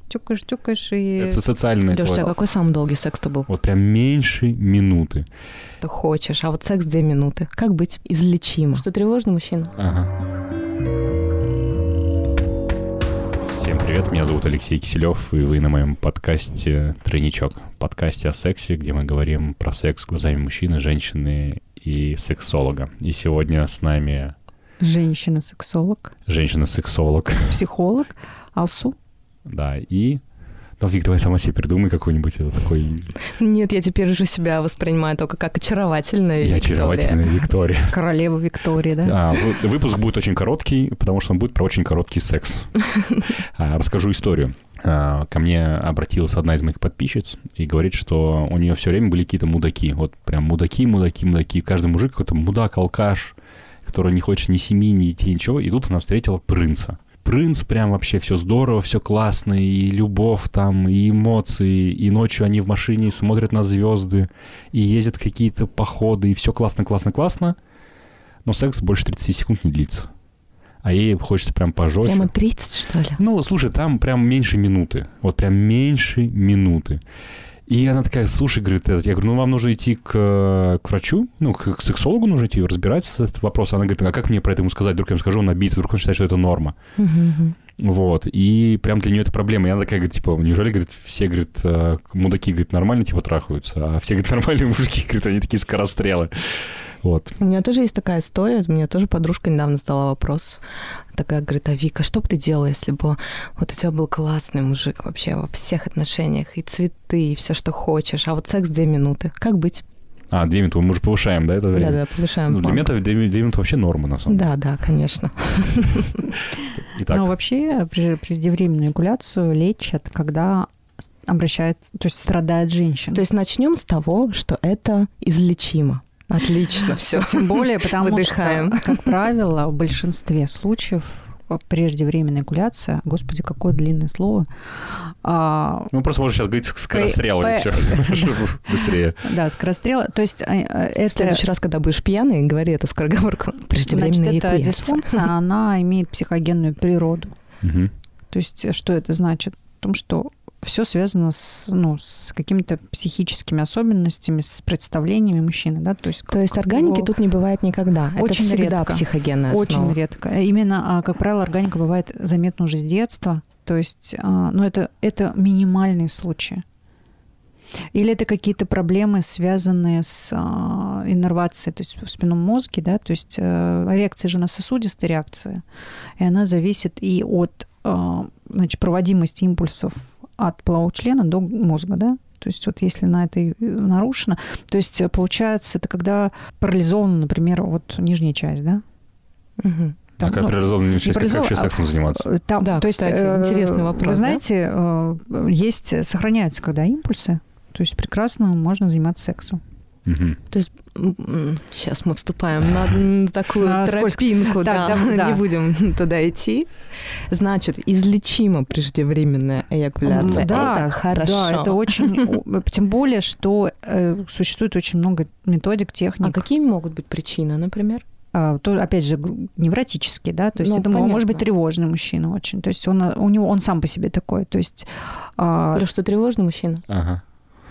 тюкаешь и... Это социальный... Лёш, а какой самый долгий секс-то был? Вот прям меньше минуты. Ты хочешь, а вот секс 2 минуты. Как быть? Излечимо. Что, тревожный мужчина? Ага. Всем привет, меня зовут Алексей Киселев, и вы на моем подкасте «Тройничок». Подкасте о сексе, где мы говорим про секс глазами мужчины, женщины и сексолога. И сегодня с нами... Женщина-сексолог. Женщина-сексолог. Психолог. Алсу. Да, и... Ну, Вик, давай сама себе придумай какой-нибудь это такой... Нет, я теперь уже себя воспринимаю только как очаровательная Виктория. Очаровательная Виктория. Королева Виктория, да? Выпуск будет очень короткий, потому что он будет про очень короткий секс. Расскажу историю. Ко мне обратилась одна из моих подписчиц и говорит, что у нее все время были какие-то мудаки. Вот прям мудаки. Каждый мужик какой-то мудак, алкаш, который не хочет ни семьи, ни детей, ничего. И тут она встретила принца. Принц, прям вообще все здорово, все классно, и любовь там, и эмоции, и ночью они в машине смотрят на звезды, и ездят в какие-то походы, и все классно, но секс больше 30 секунд не длится. А ей хочется прям пожестче. Прямо 30, что ли? Ну, слушай, там прям меньше минуты. Вот прям меньше минуты. И она такая, слушай, говорит, я говорю, ну, вам нужно идти к врачу, ну, к сексологу нужно идти, разбираться с этим вопросом. Она говорит, а как мне про это ему сказать? Вдруг я ему скажу, он обидится, вдруг он считает, что это норма. Вот, и прям для нее это проблема. И она такая, говорит, типа, неужели, говорит, все, говорит, мудаки, говорит, нормально, типа, трахаются, а все, говорит, нормальные мужики, говорит, они такие скорострелы. Вот. У меня тоже есть такая история. У меня тоже подружка недавно задала вопрос. Такая говорит, а Вика, что бы ты делала, если бы вот у тебя был классный мужик вообще во всех отношениях, и цветы, и все, что хочешь, а вот секс 2 минуты. Как быть? 2 минуты, мы уже повышаем, да, это время? Да, повышаем. Ну, для меня 2 минуты вообще норма, на самом деле. Да, конечно. Итак. Ну, вообще, преждевременную эякуляцию лечат, когда обращается, то есть страдает женщина. То есть начнем с того, что это излечимо. Отлично, все. Тем более, потому что, как правило, в большинстве случаев преждевременная эякуляция, господи, какое длинное слово. Ну, просто можно сейчас говорить скорострелы, все быстрее. Да, скорострелы. То есть это... В следующий раз, когда будешь пьяный, говори эту скороговорку. Преждевременная эякуляция. Значит, эта дисфункция, она имеет психогенную природу. То есть что это значит? В том, что все связано с какими-то психическими особенностями, с представлениями мужчины, да, то есть органики тут не бывает никогда. Очень это всегда редко. Психогенная основа. Очень редко. Именно, как правило, органика бывает заметна уже с детства, то есть, это минимальные случаи. Или это какие-то проблемы, связанные с иннервацией, то есть в спинном мозге, да, то есть реакция же на сосудистая реакция, и она зависит и от, проводимости импульсов от полового члена до мозга, да? То есть вот если на это нарушено, то есть получается, это когда парализована, например, вот нижняя часть, да? Угу. Как парализованная нижняя часть, как вообще сексом заниматься? Да, то есть, кстати, интересный вопрос. Вы знаете, сохраняются когда импульсы, то есть прекрасно можно заниматься сексом. То есть сейчас мы вступаем на такую тропинку, да, не будем туда идти. Значит, излечима преждевременная эякуляция. Да, это хорошо. Да, это очень... Тем более, что существует очень много методик, техник. А какие могут быть причины, например? То, опять же, невротический, да, то есть это может быть тревожный мужчина очень. То есть он сам по себе такой. То есть... Что тревожный мужчина? Ага.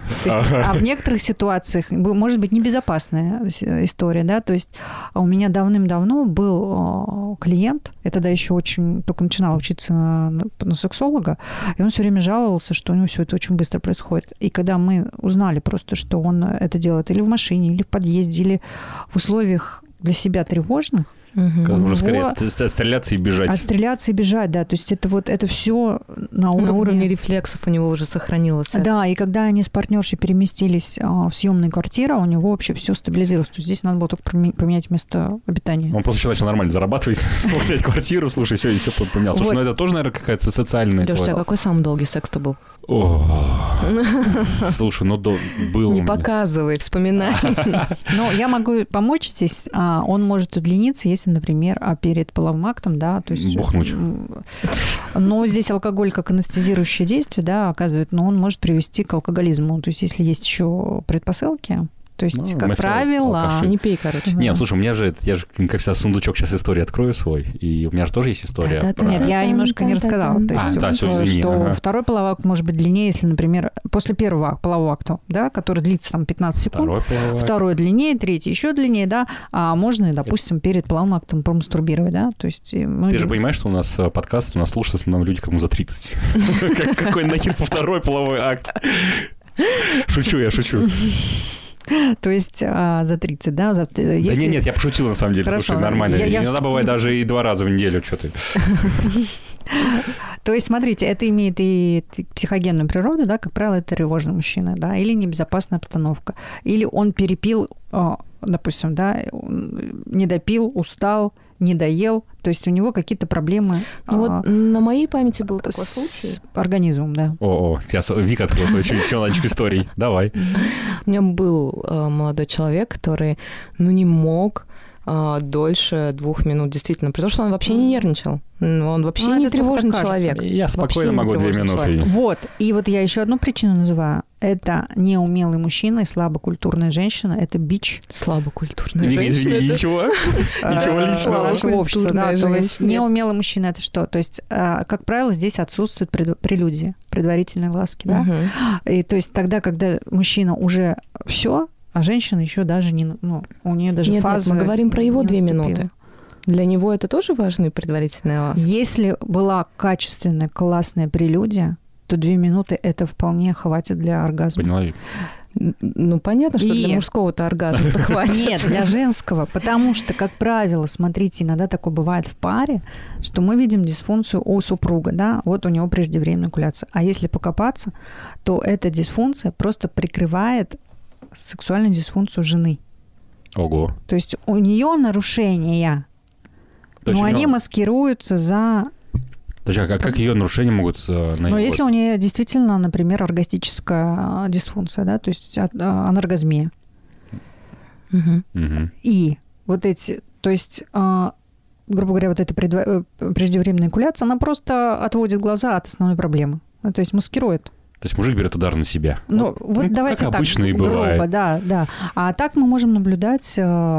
А в некоторых ситуациях может быть небезопасная история, да, то есть у меня давным-давно был клиент, я тогда еще только начинала учиться на сексолога, и он все время жаловался, что у него все это очень быстро происходит. И когда мы узнали просто, что он это делает или в машине, или в подъезде, или в условиях для себя тревожных, когда можно скорее стреляться и бежать. Стреляться и бежать, да. То есть это все на уровне рефлексов у него уже сохранилось. Да, и когда они с партнершей переместились в съемную квартиру, у него вообще все стабилизировалось. То есть здесь надо было только поменять место обитания. Он просто начал нормально зарабатывать, смог снять квартиру, слушай, все, и все поменялось. Слушай, ну это тоже, наверное, какая-то социальная... Лёша, а какой самый долгий секс-то был? Слушай, был... Не показывай, вспоминай. Ну, я могу помочь здесь. Он может удлиниться, если, например, перед половым актом, да, то есть... Бухнуть. Но здесь алкоголь как анестезирующее действие, да, оказывает, но он может привести к алкоголизму. То есть если есть еще предпосылки, То есть, Ну, как мы все правило... алкаши. Не пей, короче. Нет, слушай, у меня же, я же, как всегда, сундучок сейчас истории открою свой, и у меня же тоже есть история. Да-да-да. про- Нет, я немножко не рассказала. То есть, да, всё, извини, что ага. второй половой акт может быть длиннее, если, например, после первого полового акта, да, который длится там 15 секунд, второй длиннее, третий еще длиннее, да, а можно, допустим, перед половым актом промастурбировать, да, то есть... Ты же понимаешь, что у нас подкаст, у нас слушают в основном люди, кому за 30. Какой нахер второй половой акт? Шучу, я шучу. То есть за 30, да? Да нет, я пошутил на самом деле, Хорошо, слушай, нормально. я Иногда бывает даже и 2 раза в неделю, что ты. То есть, смотрите, это имеет и психогенную природу, да, как правило, это тревожный мужчина, да, или небезопасная обстановка, или он перепил, допустим, да, не допил, устал, не доел, то есть у него какие-то проблемы. Ну вот на моей памяти был такой с случай. организмом, да. О, сейчас Вика открыл свою челночку историй. Давай. У меня был молодой человек, который, не мог дольше 2 минут, действительно, потому что он вообще не нервничал. Он вообще не тревожный человек. Я спокойно могу 2 минуты. Вот. И вот я еще одну причину называю. Это неумелый мужчина и слабокультурная женщина. Это бич. Слабокультурная Вика, женщина. извини, ничего личного. Нашего общества, да. То есть Нет. неумелый мужчина это что? То есть, как правило, здесь отсутствует прелюдия, предварительные ласки, да. И то есть тогда, когда мужчина уже все, а женщина еще даже не, у нее даже Нет, фаза. мы говорим про его не 2 наступила. минуты. Для него это тоже важны предварительные ласки? Если была качественная, классная прелюдия, то 2 минуты это вполне хватит для оргазма. Поняла, Вика? Понятно, что И- для мужского-то оргазма хватит. Нет, для женского, потому что, как правило, смотрите, иногда такое бывает в паре, что мы видим дисфункцию у супруга, да, вот у него преждевременная экуляция. А если покопаться, то эта дисфункция просто прикрывает сексуальную дисфункцию жены. Ого. То есть у нее нарушения, То есть но у они неё- маскируются за... Подожди, а как ее нарушения могут... Но если у нее действительно, например, оргастическая дисфункция, да, то есть аноргазмия. Мгм. И вот эти, то есть, грубо говоря, вот эта преждевременная экуляция, она просто отводит глаза от основной проблемы. Ну, то есть маскирует. То есть мужик берет удар на себя. Ну, вот давайте как так, обычно и грубо, бывает. да. А так мы можем наблюдать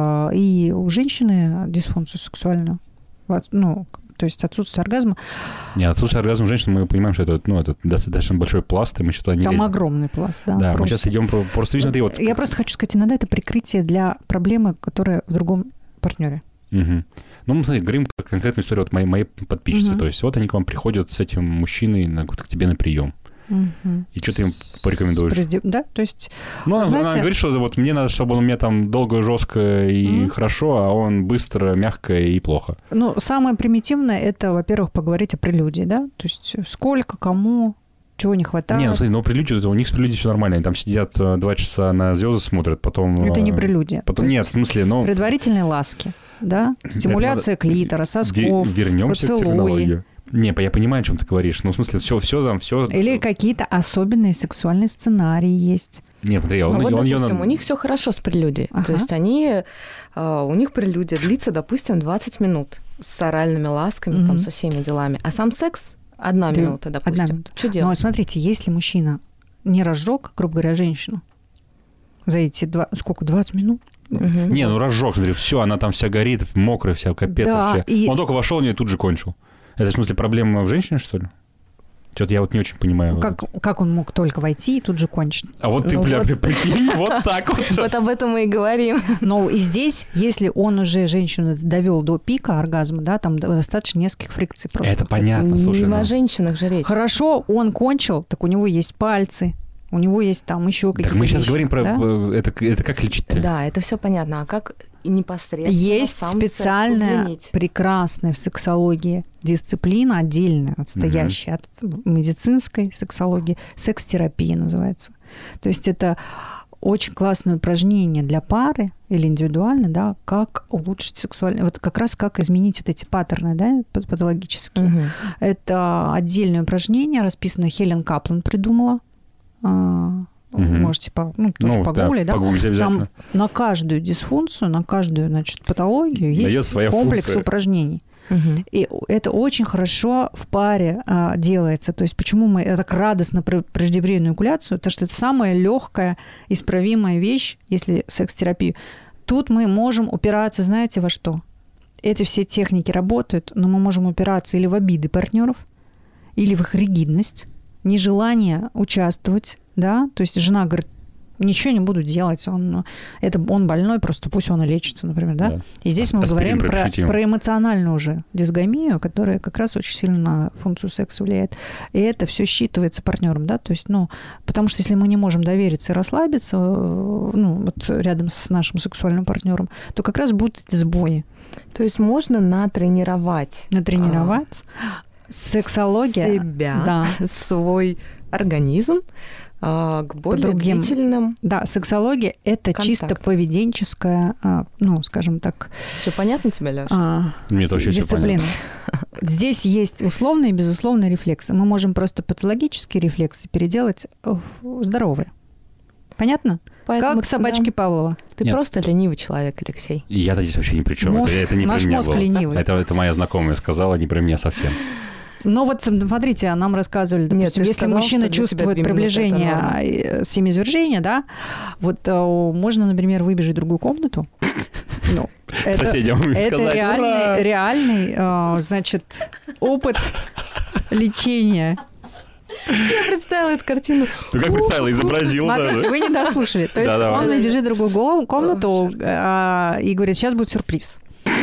и у женщины дисфункцию сексуальную. Вот, то есть отсутствие оргазма. Нет, отсутствие оргазма женщин, мы понимаем, что это достаточно большой пласт, и мы что-то не Там лезем. огромный пласт, да. Да, мы просто. сейчас идем просто видно, ты вот... Я просто хочу сказать, иногда это прикрытие для проблемы, которая в другом партнере. Мгм. Ну, мы, смотри, говорим про конкретную историю вот моей подписчицы. Мгм. То есть вот они к вам приходят с этим мужчиной к тебе на прием. Мгм. И что ты им порекомендуешь? Да, то есть... Ну, она знаете- говорит, что вот мне надо, чтобы он у меня там долго, жестко и Мгм. хорошо, а он быстро, мягко и плохо. Самое примитивное – это, во-первых, поговорить о прелюдии, да? То есть сколько, кому, чего не хватает. Не, ну смотри, прелюдия, у них с прелюдией все нормально. Они там сидят 2 часа на звезды смотрят, потом... Это не прелюдия. Потом, То нет, есть в смысле, предварительные ласки, да? Стимуляция клитора, сосков, Вернемся к поцелуи. терминологии. Не, я понимаю, о чем ты говоришь. Ну, в смысле, все там, все. Или какие-то особенные сексуальные сценарии есть. Не, смотри, он Вот, её допустим, у них все хорошо с прелюдией. Ага. То есть у них прелюдия длится, допустим, 20 минут с оральными ласками, там, Мгм. со всеми делами. А сам секс 1 Да, минута, допустим. 1 минута. Что Но делать? смотрите, если мужчина не разжег, грубо говоря, женщину за эти 20 минут, Мгм. Не, разжег, смотри, все, она там вся горит, мокрая вся, капец Да, вообще. и- Он только вошел в нее и тут же кончил. Это в смысле проблема в женщине, что ли? Что-то я вот не очень понимаю. как он мог только войти и тут же кончить? А вот ты, Ну бля, вот. прикинь, вот так вот. Вот об этом мы и говорим. Но и здесь, если он уже женщину довел до пика оргазма, да, там достаточно нескольких фрикций просто. Это понятно, слушай. Не о ну. женщинах же речь. Хорошо, он кончил, так у него есть пальцы, у него есть там еще какие-то Так мы сейчас вещи, говорим про... да? Это как лечить-то? Да, это все понятно. А как непосредственно Есть сам секс специальная, удлинить? прекрасная в сексологии дисциплина, отдельная, отстоящая от медицинской сексологии, секс-терапия называется. То есть это очень классное упражнение для пары или индивидуально, да, как улучшить сексуальное, вот как раз как изменить вот эти паттерны, да, патологические. Мгм. Это отдельное упражнение, расписанное Хелен Каплан придумала. Можете тоже погуглить, да? погуглить обязательно. Там на каждую дисфункцию, на каждую, значит, патологию есть Даёт своя комплекс функция. упражнений. И это очень хорошо в паре делается. То есть почему мы так радостно про преждевременную эякуляцию? Потому что это самая легкая, исправимая вещь, если секс-терапия. Тут мы можем упираться, знаете, во что? Эти все техники работают, но мы можем упираться или в обиды партнеров, или в их ригидность, нежелание участвовать, да, то есть жена говорит, ничего не буду делать, он больной, просто пусть он и лечится, например, да? И здесь мы говорим про эмоциональную уже дисгамию, которая как раз очень сильно на функцию секса влияет. И это все считывается партнером, да, то есть, потому что если мы не можем довериться и расслабиться, вот рядом с нашим сексуальным партнером, то как раз будут эти сбои. То есть можно натренировать. Сексология. Себя, свой организм к более длительным. Да, сексология – это чисто поведенческая, скажем так. Все понятно тебе, Лёша? Мне тоже все понятно. Здесь есть условные и безусловные рефлексы. Мы можем просто патологические рефлексы переделать в здоровые. Понятно? Поэтому, как собачки Павлова. Ты просто ленивый человек, Алексей. Я-то здесь вообще ни при чем. Это не наш про меня мозг было. ленивый. Это моя знакомая сказала, не про меня совсем. Ну вот смотрите, нам рассказывали, допустим, если мужчина чувствует приближение семяизвержения, да, вот можно, например, выбежать в другую комнату. Соседям сказать. Это реальный, значит, опыт лечения. Я представила эту картину. Ты как представила? Изобразила даже. Смотрите, вы не дослушали. То есть он бежит в другую комнату и говорит, сейчас будет сюрприз.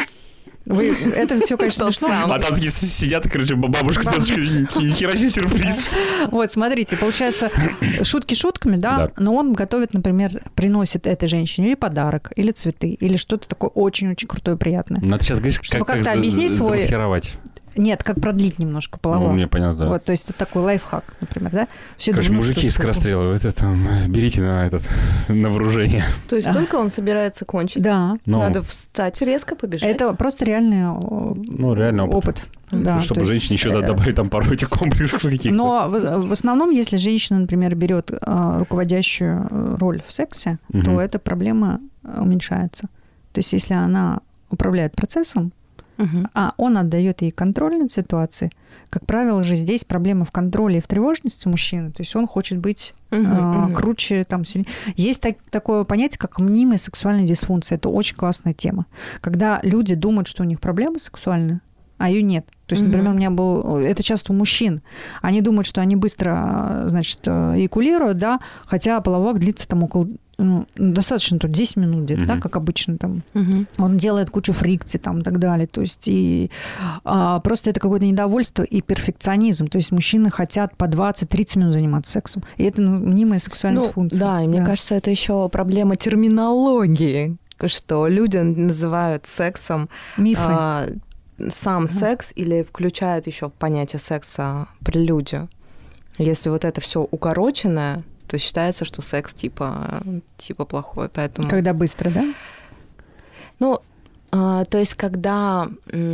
Это все, конечно, смешно. А там такие сидят, короче, бабушка с дедушкой, ни хера себе сюрприз. Вот, смотрите, получается, шутки шутками, да, но он готовит, например, приносит этой женщине или подарок, или цветы, или что-то такое очень-очень крутое, приятное. Ну, ты сейчас говоришь, как замаскировать. Нет, как продлить немножко половое. Ну, мне понятно, да. Вот, то есть это такой лайфхак, например, да? Все короче, мужики из скорострела, вот это берите на вооружение. То есть только он собирается кончить? Да. Надо встать, резко побежать? Это просто реальный опыт. Да, чтобы женщине еще добавить там пару этих комплексов каких-то. Но в основном, если женщина, например, берет руководящую роль в сексе, то эта проблема уменьшается. То есть если она управляет процессом, а он отдает ей контроль над ситуацией. Как правило же здесь проблема в контроле и в тревожности мужчины. То есть он хочет быть круче, там, сильнее. Есть такое понятие, как мнимая сексуальная дисфункция. Это очень классная тема. Когда люди думают, что у них проблемы сексуальные, а ее нет. То есть, например, у меня это часто у мужчин. Они думают, что они быстро, значит, эякулируют, да, хотя половой акт длится там около достаточно тут 10 минут где-то, да, как обычно там. Он делает кучу фрикций там и так далее. То есть и просто это какое-то недовольство и перфекционизм. То есть мужчины хотят по 20-30 минут заниматься сексом. И это мнимая сексуальная функция. Да, и мне кажется, это еще проблема терминологии, что люди называют сексом мифы. Сам секс или включают еще в понятие секса прелюдию. Если вот это все укороченное, то считается, что секс типа плохой, поэтому... Когда быстро, да? Ну, то есть когда...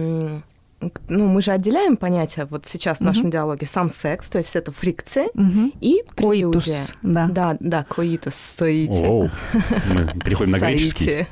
мы же отделяем понятия вот сейчас в нашем диалоге. Сам секс, то есть это фрикция и прелюдия. Да, коитус, стоите. Мы переходим на греческий.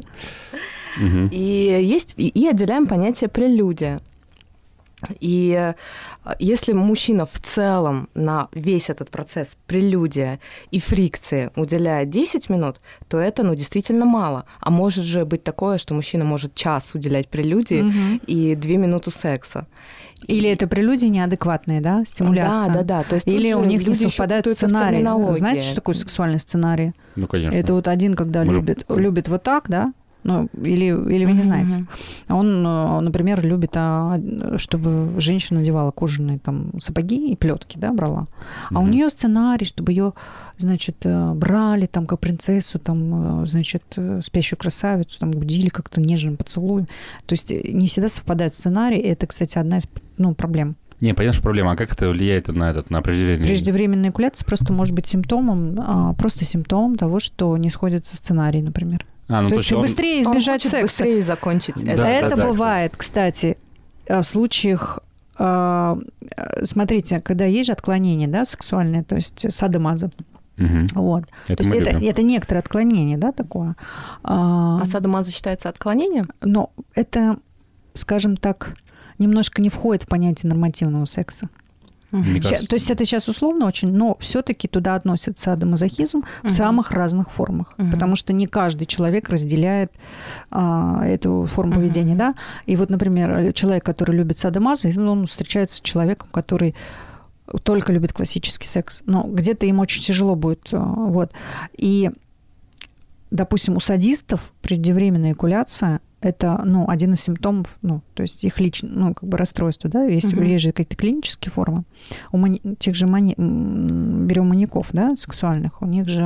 И отделяем понятие прелюдия. И если мужчина в целом на весь этот процесс прелюдия и фрикции уделяет 10 минут, то это, действительно мало. А может же быть такое, что мужчина может час уделять прелюдии и 2 минуты секса. Или это прелюдии неадекватные, да, стимуляция? Да. То есть или у них не совпадает сценарий. Знаете, что такое сексуальный сценарий? Ну, конечно. Это вот один, когда любит вот так, да? Или вы не знаете. Он, например, любит, чтобы женщина надевала кожаные там сапоги и плетки, да, брала. А у нее сценарий, чтобы ее, значит, брали там как принцессу, там, значит, спящую красавицу, там будили как-то нежным поцелуем. То есть не всегда совпадает сценарий. Это, кстати, одна из проблем. Не, понятно, что проблема. А как это влияет на преждевременную? Преждевременная эякуляция просто может быть симптомом того, что не сходится сценарий, например. То есть быстрее избежать секса. Быстрее закончить это бывает, кстати, в случаях, смотрите, когда есть же отклонение, да, сексуальное, то есть садомазо. Вот. То есть это некоторое отклонение, да, такое. А садомазо считается отклонением? Но это, скажем так, немножко не входит в понятие нормативного секса. То есть это сейчас условно очень, но все-таки туда относят садомазохизм в самых разных формах, потому что не каждый человек разделяет эту форму поведения, да. И вот, например, человек, который любит садомазо, он встречается с человеком, который только любит классический секс, но где-то им очень тяжело будет, вот. И, допустим, у садистов преждевременная экуляция это, один из симптомов, то есть их лично, расстройство, да, есть же какие-то клинические формы. У тех же берем маньяков, да, сексуальных, у них же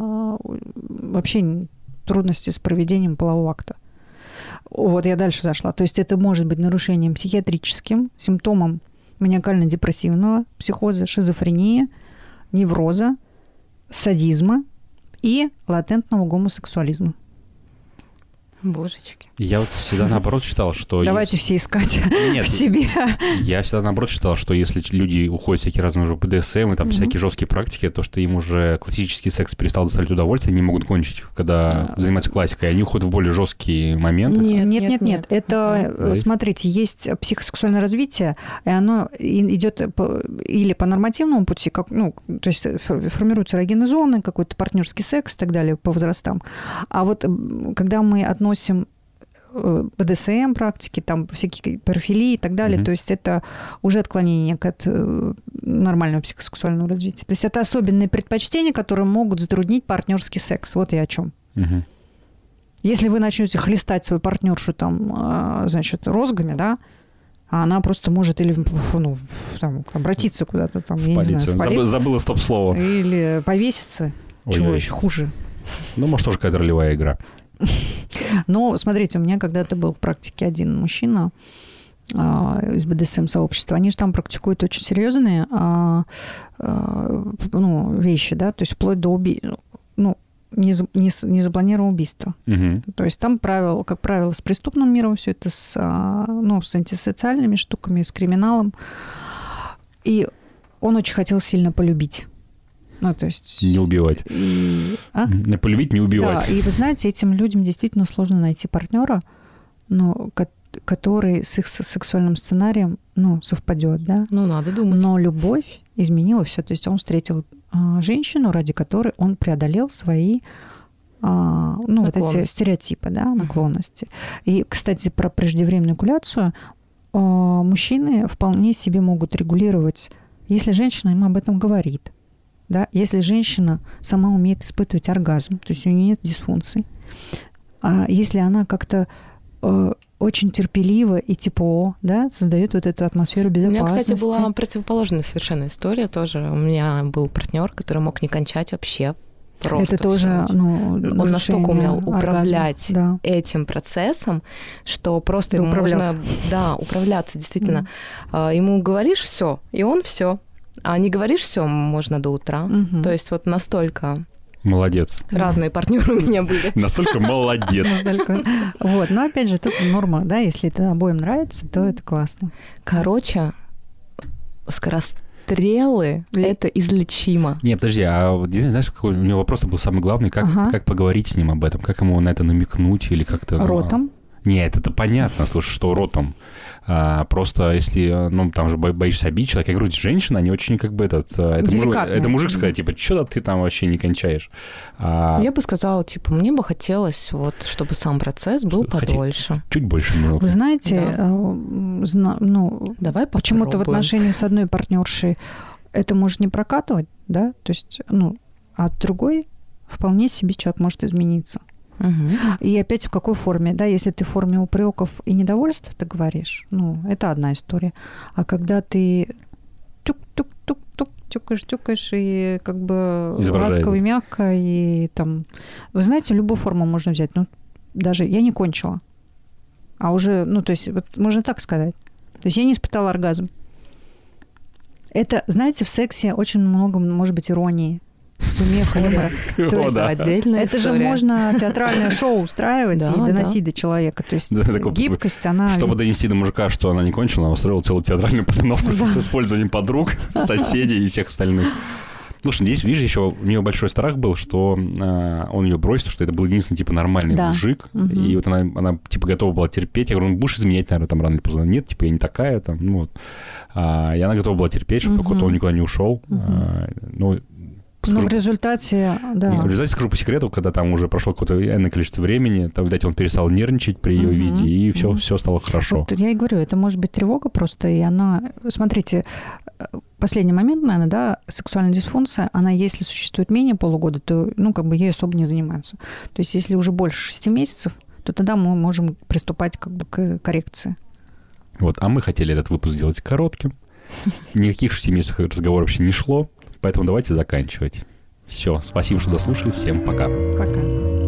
вообще трудности с проведением полового акта. Вот я дальше зашла. То есть это может быть нарушением психиатрическим, симптомом маниакально-депрессивного психоза, шизофрении, невроза, садизма и латентного гомосексуализма. Божечки. Я вот всегда наоборот считал, что... Давайте все искать в себе. Я всегда наоборот считал, что если люди уходят в всякие разные уже БДСМ и там всякие жесткие практики, то что им уже классический секс перестал доставлять удовольствие, они могут кончить, когда занимаются классикой, они уходят в более жесткие моменты. Нет. Это, смотрите, есть психосексуальное развитие, и оно идет или по нормативному пути, то есть формируются эрогенные зоны, какой-то партнерский секс и так далее по возрастам. А вот когда мы относим БДСМ практики, там всякие парафилии и так далее, то есть это уже отклонение от нормального психосексуального развития. То есть это особенные предпочтения, которые могут затруднить партнерский секс. Вот и о чем. Если вы начнете хлестать свою партнершу там, розгами, да, а она просто может или обратиться куда-то там, в полицию. Забыла стоп-слово. Или повеситься. Чего еще хуже. Может, тоже какая-то ролевая игра. Но, смотрите, у меня когда-то был в практике один мужчина из БДСМ-сообщества. Они же там практикуют очень серьезные вещи, да, то есть вплоть до незапланированного убийства. То есть там как правило, с преступным миром все это с антисоциальными штуками, с криминалом. И он очень хотел сильно полюбить. То есть... Не убивать. Полюбить, не убивать. Да, и вы знаете, этим людям действительно сложно найти партнера, который с их сексуальным сценарием, совпадет, да? Надо думать. Но любовь изменила все. То есть он встретил женщину, ради которой он преодолел свои вот эти стереотипы, да, наклонности. И, кстати, про преждевременную экуляцию мужчины вполне себе могут регулировать, если женщина им об этом говорит. Да, если женщина сама умеет испытывать оргазм, то есть у нее нет дисфункций, а если она как-то очень терпеливо и тепло, да, создает вот эту атмосферу безопасности. У меня, кстати, была противоположная совершенно история тоже. У меня был партнер, который мог не кончать вообще. Просто это тоже, он настолько умел управлять этим процессом, что просто ему можно управляться действительно. Ему говоришь все, и он все. А не говоришь все, можно до утра. То есть вот настолько... Молодец. Разные партнеры у меня были. Настолько молодец. Вот, но опять же, тут норма, да, если это обоим нравится, то это классно. Короче, скорострелы — это излечимо. Не, подожди, а знаешь, какой у него вопрос был самый главный, как поговорить с ним об этом, как ему на это намекнуть или как-то... Ротом? Нет, это понятно, слушай, что ротом. Просто если, там же боишься обидеть человека, я говорю, женщина, они очень это мужик сказать, что ты там вообще не кончаешь. Я бы сказала, мне бы хотелось, чтобы сам процесс был подольше. Чуть больше минут. Вы знаете, давай почему-то в отношении с одной партнершей это может не прокатывать, да, то есть, а от другой вполне себе человек может измениться. И опять в какой форме, да, если ты в форме упреков и недовольств, ты говоришь, это одна история. А когда ты тук-тук-тук-тук, тюкаешь и как бы ласково и мягко, и там... Вы знаете, любую форму можно взять. Даже я не кончила. А уже, то есть, можно так сказать. То есть я не испытала оргазм. Это, знаете, в сексе очень много, может быть, иронии. Смеха, юмора. То есть отдельная это история. Же можно театральное шоу устраивать и доносить до человека. То есть гибкость, она... Чтобы донести до мужика, что она не кончила, она устроила целую театральную постановку с использованием подруг, соседей и всех остальных. Слушай, здесь, видишь, еще у нее большой страх был, что он ее бросит, что это был единственный, типа, нормальный мужик. И вот она, типа, готова была терпеть. Я говорю, ну, будешь изменять, наверное, там рано или поздно. Нет, типа, я не такая, там, ну, вот. И она готова была терпеть, чтобы только он никуда не ушел. Но в результате, да. В результате, скажу по секрету, когда там уже прошло какое-то энное количество времени, там, видать, он перестал нервничать при ее виде, и все стало хорошо. Вот я и говорю, это может быть тревога просто, и она... Смотрите, последний момент, наверное, да, сексуальная дисфункция, она, если существует менее полугода, то, ну, как бы ей особо не занимаются. То есть если уже больше 6 месяцев, то тогда мы можем приступать как бы к коррекции. Вот, а мы хотели этот выпуск сделать коротким. Никаких 6 месяцев разговоров вообще не шло. Поэтому давайте заканчивать. Все, спасибо, что дослушали. Всем пока. Пока.